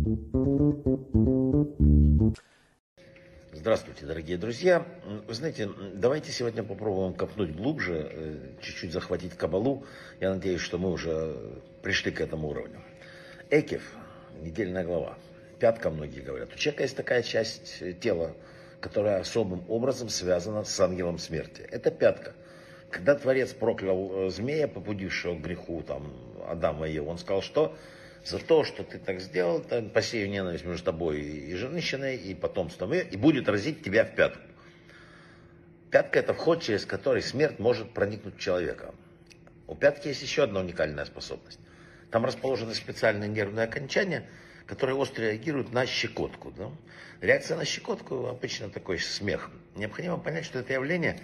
Здравствуйте, дорогие друзья. Вы знаете, давайте сегодня попробуем копнуть глубже, чуть-чуть захватить кабалу. Я надеюсь, что мы уже пришли к этому уровню. Экев, недельная глава. Пятка, многие говорят. У человека есть такая часть тела, которая особым образом связана с ангелом смерти. Это пятка. Когда Творец проклял змея, побудившего к греху Адама и Еву, он сказал, что за то, что ты так сделал, посею ненависть между тобой и женщиной, и потомством ее, и будет разить тебя в пятку. Пятка – это вход, через который смерть может проникнуть в человека. У пятки есть еще одна уникальная способность. Там расположены специальные нервные окончания, которые остро реагируют на щекотку. Да? Реакция на щекотку обычно такой смех. Необходимо понять, что это явление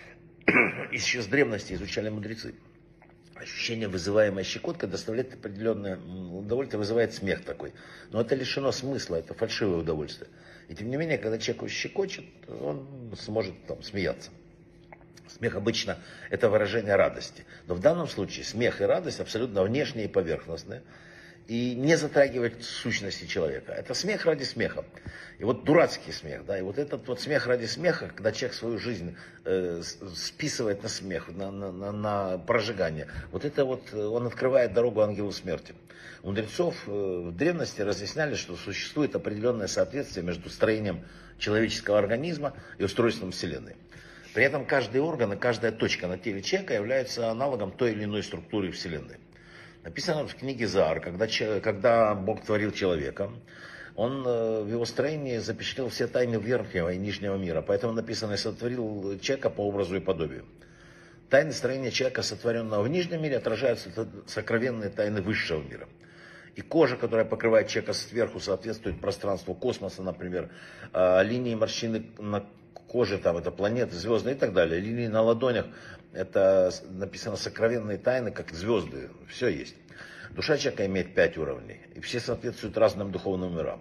еще с древности изучали мудрецы. Ощущение, вызываемое щекоткой, доставляет определенное удовольствие, вызывает смех такой. Но это лишено смысла, это фальшивое удовольствие. И тем не менее, когда человек щекочет, он сможет смеяться. Смех обычно это выражение радости. Но в данном случае смех и радость абсолютно внешние и поверхностные. И не затрагивать сущности человека. Это смех ради смеха. И вот дурацкий смех, да, и вот этот вот смех ради смеха, когда человек свою жизнь списывает на смех, на прожигание, вот это вот он открывает дорогу ангелу смерти. У мудрецов в древности разъясняли, что существует определенное соответствие между строением человеческого организма и устройством Вселенной. При этом каждый орган и каждая точка на теле человека являются аналогом той или иной структуры Вселенной. Написано в книге Заар, когда Бог творил человека, он в его строении запечатлел все тайны верхнего и нижнего мира. Поэтому написано, и сотворил человека по образу и подобию. Тайны строения человека, сотворенного в нижнем мире, отражаются сокровенные тайны высшего мира. И кожа, которая покрывает человека сверху, соответствует пространству космоса, например, линии морщины на коже, это планеты, звезды и так далее. Линии на ладонях, это написано сокровенные тайны, как звезды, все есть. Душа человека имеет 5 уровней, и все соответствуют разным духовным мирам.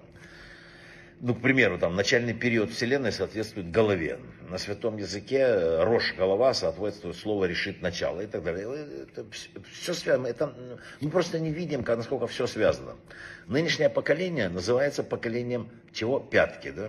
К примеру, начальный период Вселенной соответствует голове. На святом языке рожь, голова соответствует слово решит начало и так далее. Это все связано. Мы просто не видим, насколько все связано. Нынешнее поколение называется поколением чего? Пятки, да?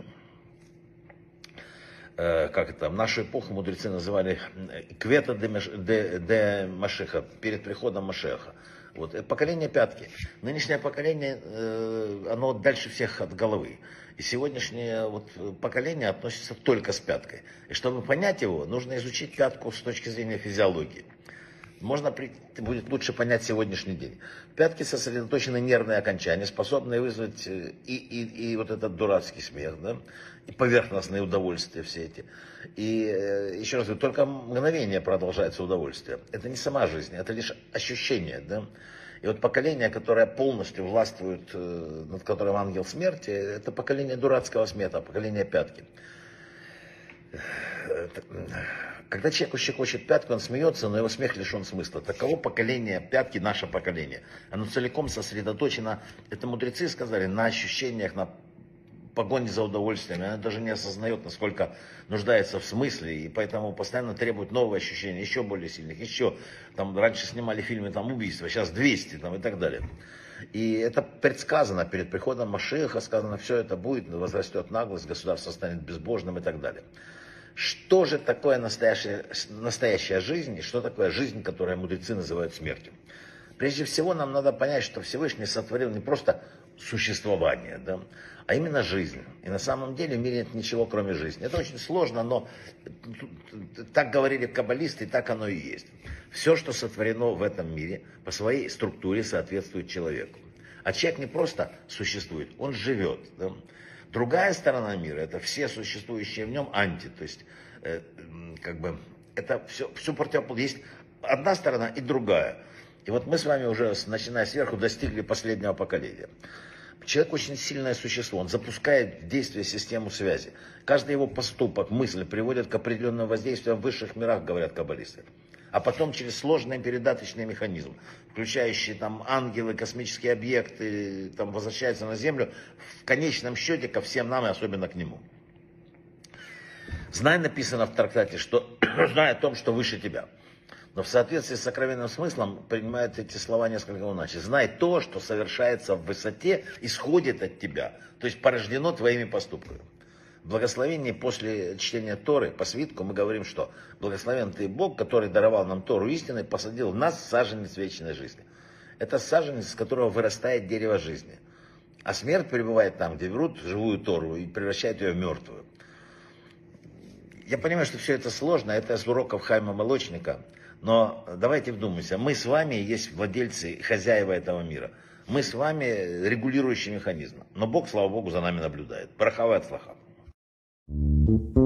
В нашу эпоху мудрецы называли квета де Машеха, перед приходом Машеха. Поколение пятки. Нынешнее поколение, оно дальше всех от головы. И сегодняшнее поколение относится только с пяткой. И чтобы понять его, нужно изучить пятку с точки зрения физиологии. Будет лучше понять сегодняшний день. В пятке сосредоточены нервные окончания, способные вызвать и вот этот дурацкий смех, да, и поверхностные удовольствия все эти. И еще раз говорю, только мгновение продолжается удовольствие. Это не сама жизнь, это лишь ощущение, да. И поколение, которое полностью властвует, над которым ангел смерти, это поколение дурацкого смеха, поколение пятки. Когда человек щекочет пятку, он смеется, но его смех лишен смысла. Таково поколение пятки, наше поколение. Оно целиком сосредоточено, это мудрецы сказали, на ощущениях, на погоне за удовольствием. Оно даже не осознает, насколько нуждается в смысле, и поэтому постоянно требует новые ощущения, еще более сильных, еще. Раньше снимали фильмы убийства, сейчас 200 и так далее. И это предсказано перед приходом Машеха, сказано, все это будет, возрастет наглость, государство станет безбожным и так далее. Что же такое настоящая жизнь и что такое жизнь, которую мудрецы называют смертью? Прежде всего нам надо понять, что Всевышний сотворил не просто существование, да, а именно жизнь. И на самом деле в мире нет ничего, кроме жизни. Это очень сложно, но так говорили каббалисты, и так оно и есть. Все, что сотворено в этом мире, по своей структуре соответствует человеку. А человек не просто существует, он живет. Да? Другая сторона мира, это все существующие в нем анти, то есть это все противоположно. Есть одна сторона и другая. И мы с вами уже, начиная сверху, достигли последнего поколения. Человек очень сильное существо, он запускает в действие систему связи. Каждый его поступок, мысль приводит к определенному воздействию в высших мирах, говорят каббалисты. А потом через сложный передаточный механизм, включающий ангелы, космические объекты, возвращаются на Землю, в конечном счете ко всем нам и особенно к нему. Знай, написано в трактате, что знай о том, что выше тебя. но в соответствии с сокровенным смыслом принимает эти слова несколько иначе. Знай то, что совершается в высоте, исходит от тебя, то есть порождено твоими поступками. В благословении после чтения Торы по свитку мы говорим, что благословен ты Бог, который даровал нам Тору истины, посадил в нас саженец вечной жизни. Это саженец, из которого вырастает дерево жизни. А смерть пребывает там, где берут живую Тору и превращают ее в мертвую. Я понимаю, что все это сложно, это с уроков Хайма Молочника, но давайте вдумаемся, мы с вами есть владельцы, хозяева этого мира. Мы с вами регулирующий механизм. Но Бог, слава Богу, за нами наблюдает. Бараха ве ацлаха.